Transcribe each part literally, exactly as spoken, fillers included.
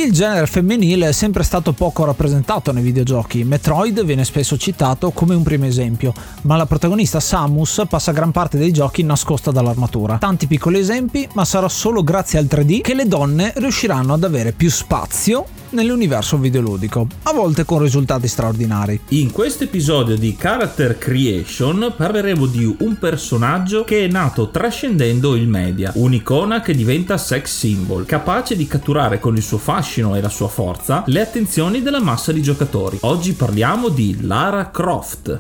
Il genere femminile è sempre stato poco rappresentato nei videogiochi. Metroid viene spesso citato come un primo esempio, ma la protagonista Samus passa gran parte dei giochi nascosta dall'armatura. Tanti piccoli esempi, ma sarà solo grazie al tre D che le donne riusciranno ad avere più spazio nell'universo videoludico, a volte con risultati straordinari. In questo episodio di Character Creation parleremo di un personaggio che è nato trascendendo il media, un'icona che diventa sex symbol, capace di catturare con il suo fascino e la sua forza le attenzioni della massa di giocatori. Oggi parliamo di Lara Croft.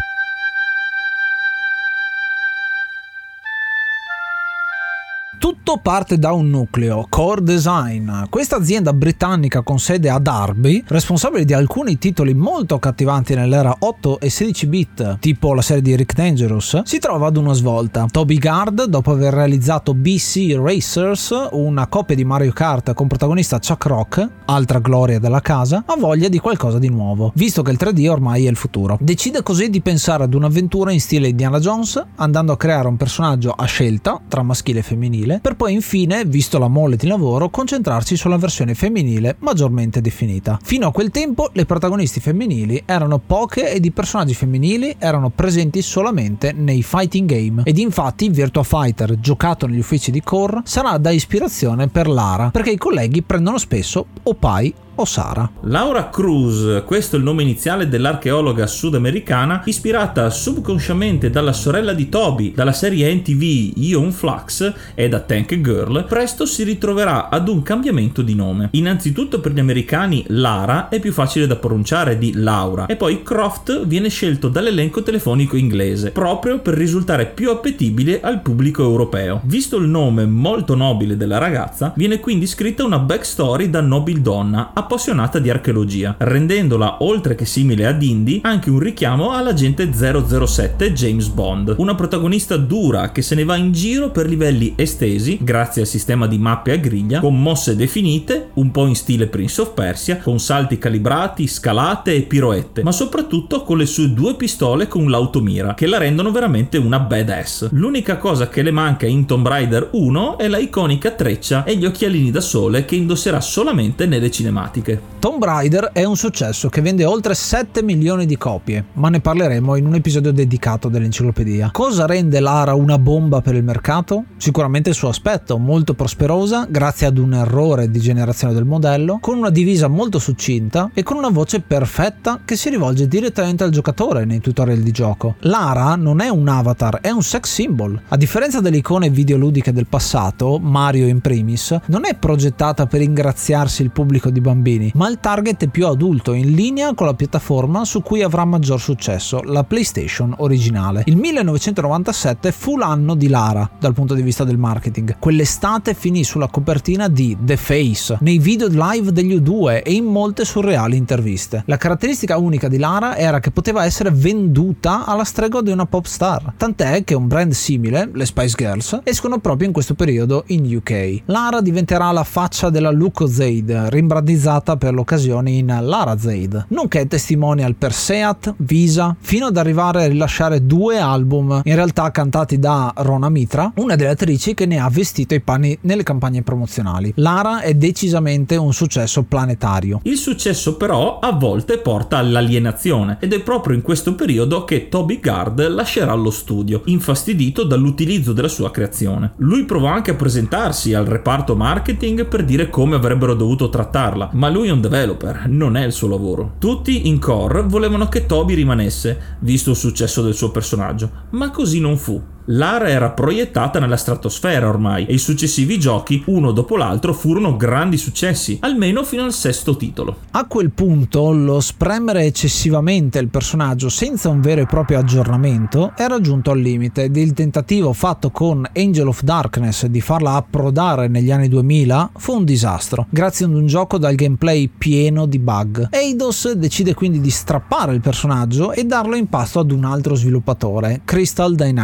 Tutto parte da un nucleo, Core Design. Questa azienda britannica con sede a Derby, responsabile di alcuni titoli molto accattivanti nell'era otto e sedici bit, tipo la serie di Rick Dangerous, si trova ad una svolta. Toby Gard, dopo aver realizzato B C Racers, una coppia di Mario Kart con protagonista Chuck Rock, altra gloria della casa, ha voglia di qualcosa di nuovo, visto che il tre D ormai è il futuro. Decide così di pensare ad un'avventura in stile Indiana Jones, andando a creare un personaggio a scelta tra maschile e femminile, per poi infine, visto la mole di lavoro, concentrarsi sulla versione femminile maggiormente definita. Fino a quel tempo le protagonisti femminili erano poche ed i personaggi femminili erano presenti solamente nei fighting game, ed infatti Virtua Fighter, giocato negli uffici di Core, sarà da ispirazione per Lara, perché i colleghi prendono spesso o Pai o Sara. Laura Cruz, questo è il nome iniziale dell'archeologa sudamericana, ispirata subconsciamente dalla sorella di Toby, dalla serie M T V Ion Flux e da Tank Girl, presto si ritroverà ad un cambiamento di nome. Innanzitutto per gli americani Lara è più facile da pronunciare di Laura, e poi Croft viene scelto dall'elenco telefonico inglese, proprio per risultare più appetibile al pubblico europeo. Visto il nome molto nobile della ragazza, viene quindi scritta una backstory da nobildonna appassionata di archeologia, rendendola, oltre che simile ad Indy, anche un richiamo all'agente zero zero sette James Bond, una protagonista dura che se ne va in giro per livelli estesi grazie al sistema di mappe a griglia, con mosse definite, un po' in stile Prince of Persia, con salti calibrati, scalate e piroette, ma soprattutto con le sue due pistole con l'automira, che la rendono veramente una badass. L'unica cosa che le manca in Tomb Raider uno è la iconica treccia e gli occhialini da sole che indosserà solamente nelle cinematiche. Tomb Raider è un successo che vende oltre sette milioni di copie, ma ne parleremo in un episodio dedicato dell'enciclopedia. Cosa rende Lara una bomba per il mercato? Sicuramente il suo aspetto, molto prosperosa grazie ad un errore di generazione del modello, con una divisa molto succinta e con una voce perfetta che si rivolge direttamente al giocatore nei tutorial di gioco. Lara non è un avatar, è un sex symbol. A differenza delle icone videoludiche del passato, Mario in primis, non è progettata per ingraziarsi il pubblico di bambini, ma il target è più adulto, in linea con la piattaforma su cui avrà maggior successo, la PlayStation originale. Il millenovecentonovantasette fu l'anno di Lara dal punto di vista del marketing. Quell'estate finì sulla copertina di The Face, nei video live degli U due e in molte surreali interviste. La caratteristica unica di Lara era che poteva essere venduta alla stregua di una pop star, tant'è che un brand simile, le Spice Girls, escono proprio in questo periodo in U K. Lara diventerà la faccia della Lucozade, rimbrandizzata per l'occasione in Larazade, nonché testimonial per Seat, Visa, fino ad arrivare a rilasciare due album, in realtà cantati da Rona Mitra, una delle attrici che ne ha vestito i panni nelle campagne promozionali. Lara è decisamente un successo planetario. Il successo però a volte porta all'alienazione, ed è proprio in questo periodo che Toby Gard lascerà lo studio, infastidito dall'utilizzo della sua creazione. Lui provò anche a presentarsi al reparto marketing per dire come avrebbero dovuto trattarla, ma lui è un developer, non è il suo lavoro. Tutti in Core volevano che Toby rimanesse, visto il successo del suo personaggio, ma così non fu. Lara era proiettata nella stratosfera ormai, e i successivi giochi, uno dopo l'altro, furono grandi successi, almeno fino al sesto titolo. A quel punto, lo spremere eccessivamente il personaggio senza un vero e proprio aggiornamento era giunto al limite, ed il tentativo fatto con Angel of Darkness di farla approdare negli anni duemila fu un disastro, grazie ad un gioco dal gameplay pieno di bug. Eidos decide quindi di strappare il personaggio e darlo in pasto ad un altro sviluppatore, Crystal Dynamics, che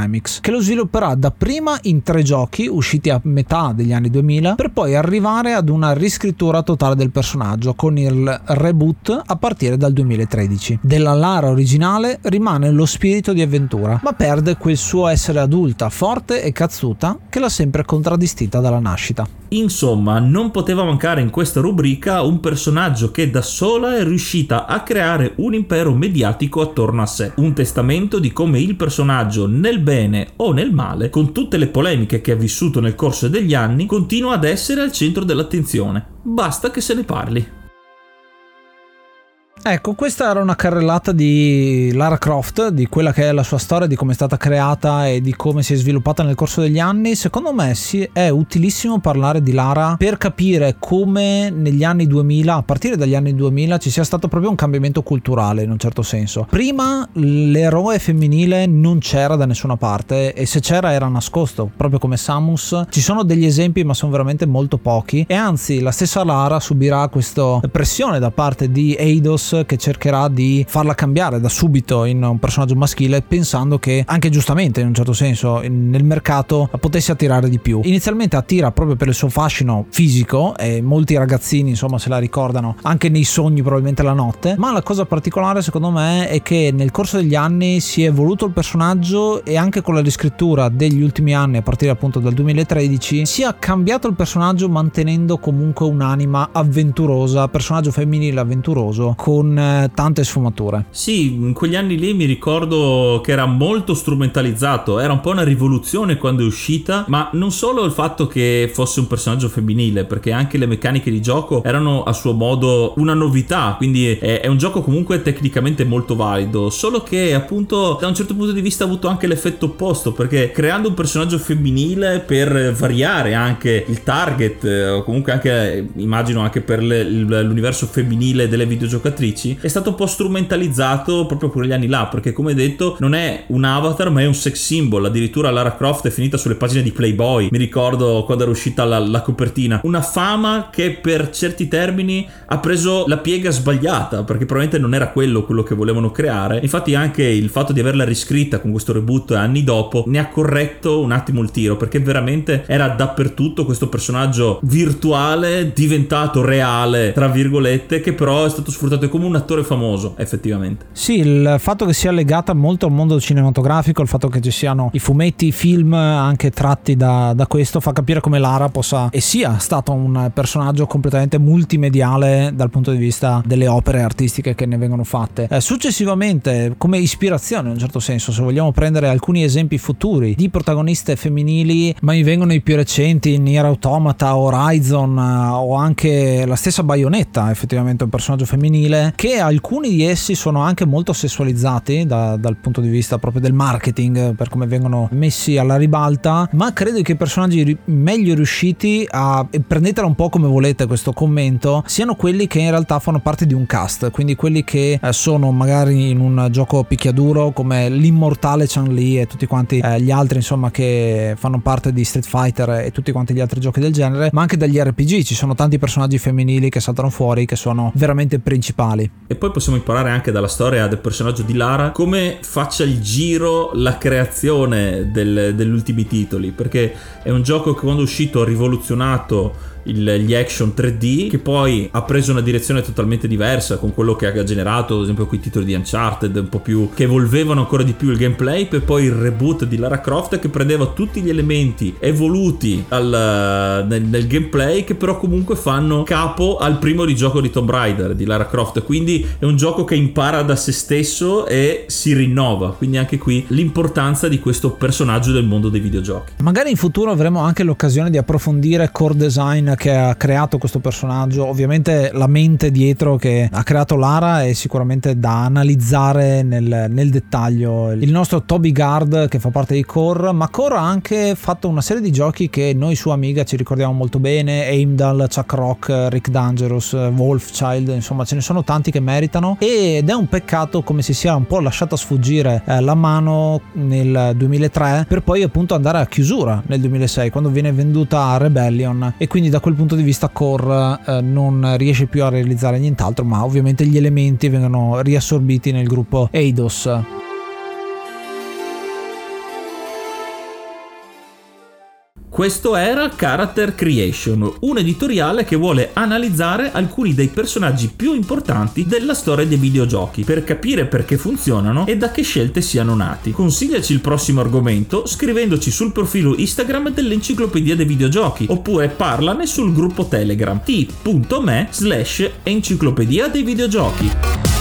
che lo svilupperà dapprima in tre giochi usciti a metà degli anni duemila, per poi arrivare ad una riscrittura totale del personaggio con il reboot a partire dal duemilatredici. Della Lara originale rimane lo spirito di avventura, ma perde quel suo essere adulta, forte e cazzuta che l'ha sempre contraddistinta dalla nascita. Insomma, non poteva mancare in questa rubrica un personaggio che da sola è riuscita a creare un impero mediatico attorno a sé, un testamento di come il personaggio, nel bene o nel male, con tutte le polemiche che ha vissuto nel corso degli anni, continua ad essere al centro dell'attenzione. Basta che se ne parli. Ecco, questa era una carrellata di Lara Croft, di quella che è la sua storia, di come è stata creata e di come si è sviluppata nel corso degli anni. Secondo me sì, è utilissimo parlare di Lara per capire come negli anni duemila, a partire dagli anni duemila, ci sia stato proprio un cambiamento culturale in un certo senso. Prima l'eroe femminile non c'era da nessuna parte e se c'era era nascosto, proprio come Samus. Ci sono degli esempi ma sono veramente molto pochi, e anzi la stessa Lara subirà questa pressione da parte di Eidos, che cercherà di farla cambiare da subito in un personaggio maschile, pensando che, anche giustamente in un certo senso, nel mercato potesse attirare di più. Inizialmente attira proprio per il suo fascino fisico e molti ragazzini insomma se la ricordano anche nei sogni, probabilmente la notte, ma la cosa particolare secondo me è che nel corso degli anni si è evoluto il personaggio, e anche con la riscrittura degli ultimi anni, a partire appunto dal duemilatredici, si è cambiato il personaggio mantenendo comunque un'anima avventurosa, personaggio femminile avventuroso con tante sfumature. Sì, in quegli anni lì mi ricordo che era molto strumentalizzato, era un po' una rivoluzione quando è uscita, ma non solo il fatto che fosse un personaggio femminile, perché anche le meccaniche di gioco erano a suo modo una novità, quindi è, è un gioco comunque tecnicamente molto valido, solo che appunto da un certo punto di vista ha avuto anche l'effetto opposto, perché creando un personaggio femminile per variare anche il target, o comunque anche immagino anche per le, l'universo femminile delle videogiocatrici, è stato un po' strumentalizzato proprio quegli anni là, perché come detto non è un avatar ma è un sex symbol. Addirittura Lara Croft è finita sulle pagine di Playboy, mi ricordo quando era uscita la, la copertina. Una fama che per certi termini ha preso la piega sbagliata, perché probabilmente non era quello quello che volevano creare. Infatti anche il fatto di averla riscritta con questo reboot anni dopo ne ha corretto un attimo il tiro, perché veramente era dappertutto questo personaggio virtuale diventato reale tra virgolette, che però è stato sfruttato come un attore famoso effettivamente. Sì, il fatto che sia legata molto al mondo cinematografico, il fatto che ci siano i fumetti, i film anche tratti da, da questo, fa capire come Lara possa e sia stato un personaggio completamente multimediale dal punto di vista delle opere artistiche che ne vengono fatte. Eh, successivamente, come ispirazione in un certo senso, se vogliamo prendere alcuni esempi futuri di protagoniste femminili, ma mi vengono i più recenti, Nier Automata, Horizon, o anche la stessa Bayonetta, effettivamente un personaggio femminile, che alcuni di essi sono anche molto sessualizzati da, dal punto di vista proprio del marketing, per come vengono messi alla ribalta, ma credo che i personaggi ri- meglio riusciti a, e prendetela un po' come volete questo commento, siano quelli che in realtà fanno parte di un cast, quindi quelli che eh, sono magari in un gioco picchiaduro come l'immortale Chun-Li e tutti quanti eh, gli altri insomma che fanno parte di Street Fighter e tutti quanti gli altri giochi del genere, ma anche dagli R P G ci sono tanti personaggi femminili che saltano fuori, che sono veramente principali. E poi possiamo imparare anche dalla storia del personaggio di Lara come faccia il giro la creazione del, degli ultimi titoli, perché è un gioco che quando è uscito ha rivoluzionato il, gli action tre D, che poi ha preso una direzione totalmente diversa con quello che ha generato ad esempio quei titoli di Uncharted un po' più che evolvevano ancora di più il gameplay, per poi il reboot di Lara Croft che prendeva tutti gli elementi evoluti al, nel, nel gameplay, che però comunque fanno capo al primo rigioco di Tomb Raider di Lara Croft, quindi è un gioco che impara da se stesso e si rinnova, quindi anche qui l'importanza di questo personaggio del mondo dei videogiochi. Magari in futuro avremo anche l'occasione di approfondire core design che ha creato questo personaggio. Ovviamente la mente dietro che ha creato Lara è sicuramente da analizzare nel, nel dettaglio. Il nostro Toby Gard che fa parte di Core, ma Core ha anche fatto una serie di giochi che noi su Amiga ci ricordiamo molto bene: Heimdall, Chuck Rock, Rick Dangerous, Wolfchild, insomma ce ne sono tanti che meritano, ed è un peccato come si sia un po' lasciata sfuggire eh, la mano nel duemilatré per poi appunto andare a chiusura nel duemilasei quando viene venduta a Rebellion, e quindi da quel punto di vista Core eh, non riesce più a realizzare nient'altro, ma ovviamente gli elementi vengono riassorbiti nel gruppo Eidos. Questo era Character Creation, un editoriale che vuole analizzare alcuni dei personaggi più importanti della storia dei videogiochi per capire perché funzionano e da che scelte siano nati. Consigliaci il prossimo argomento scrivendoci sul profilo Instagram dell'Enciclopedia dei Videogiochi oppure parlane sul gruppo Telegram t punto me slash enciclopedia dei videogiochi.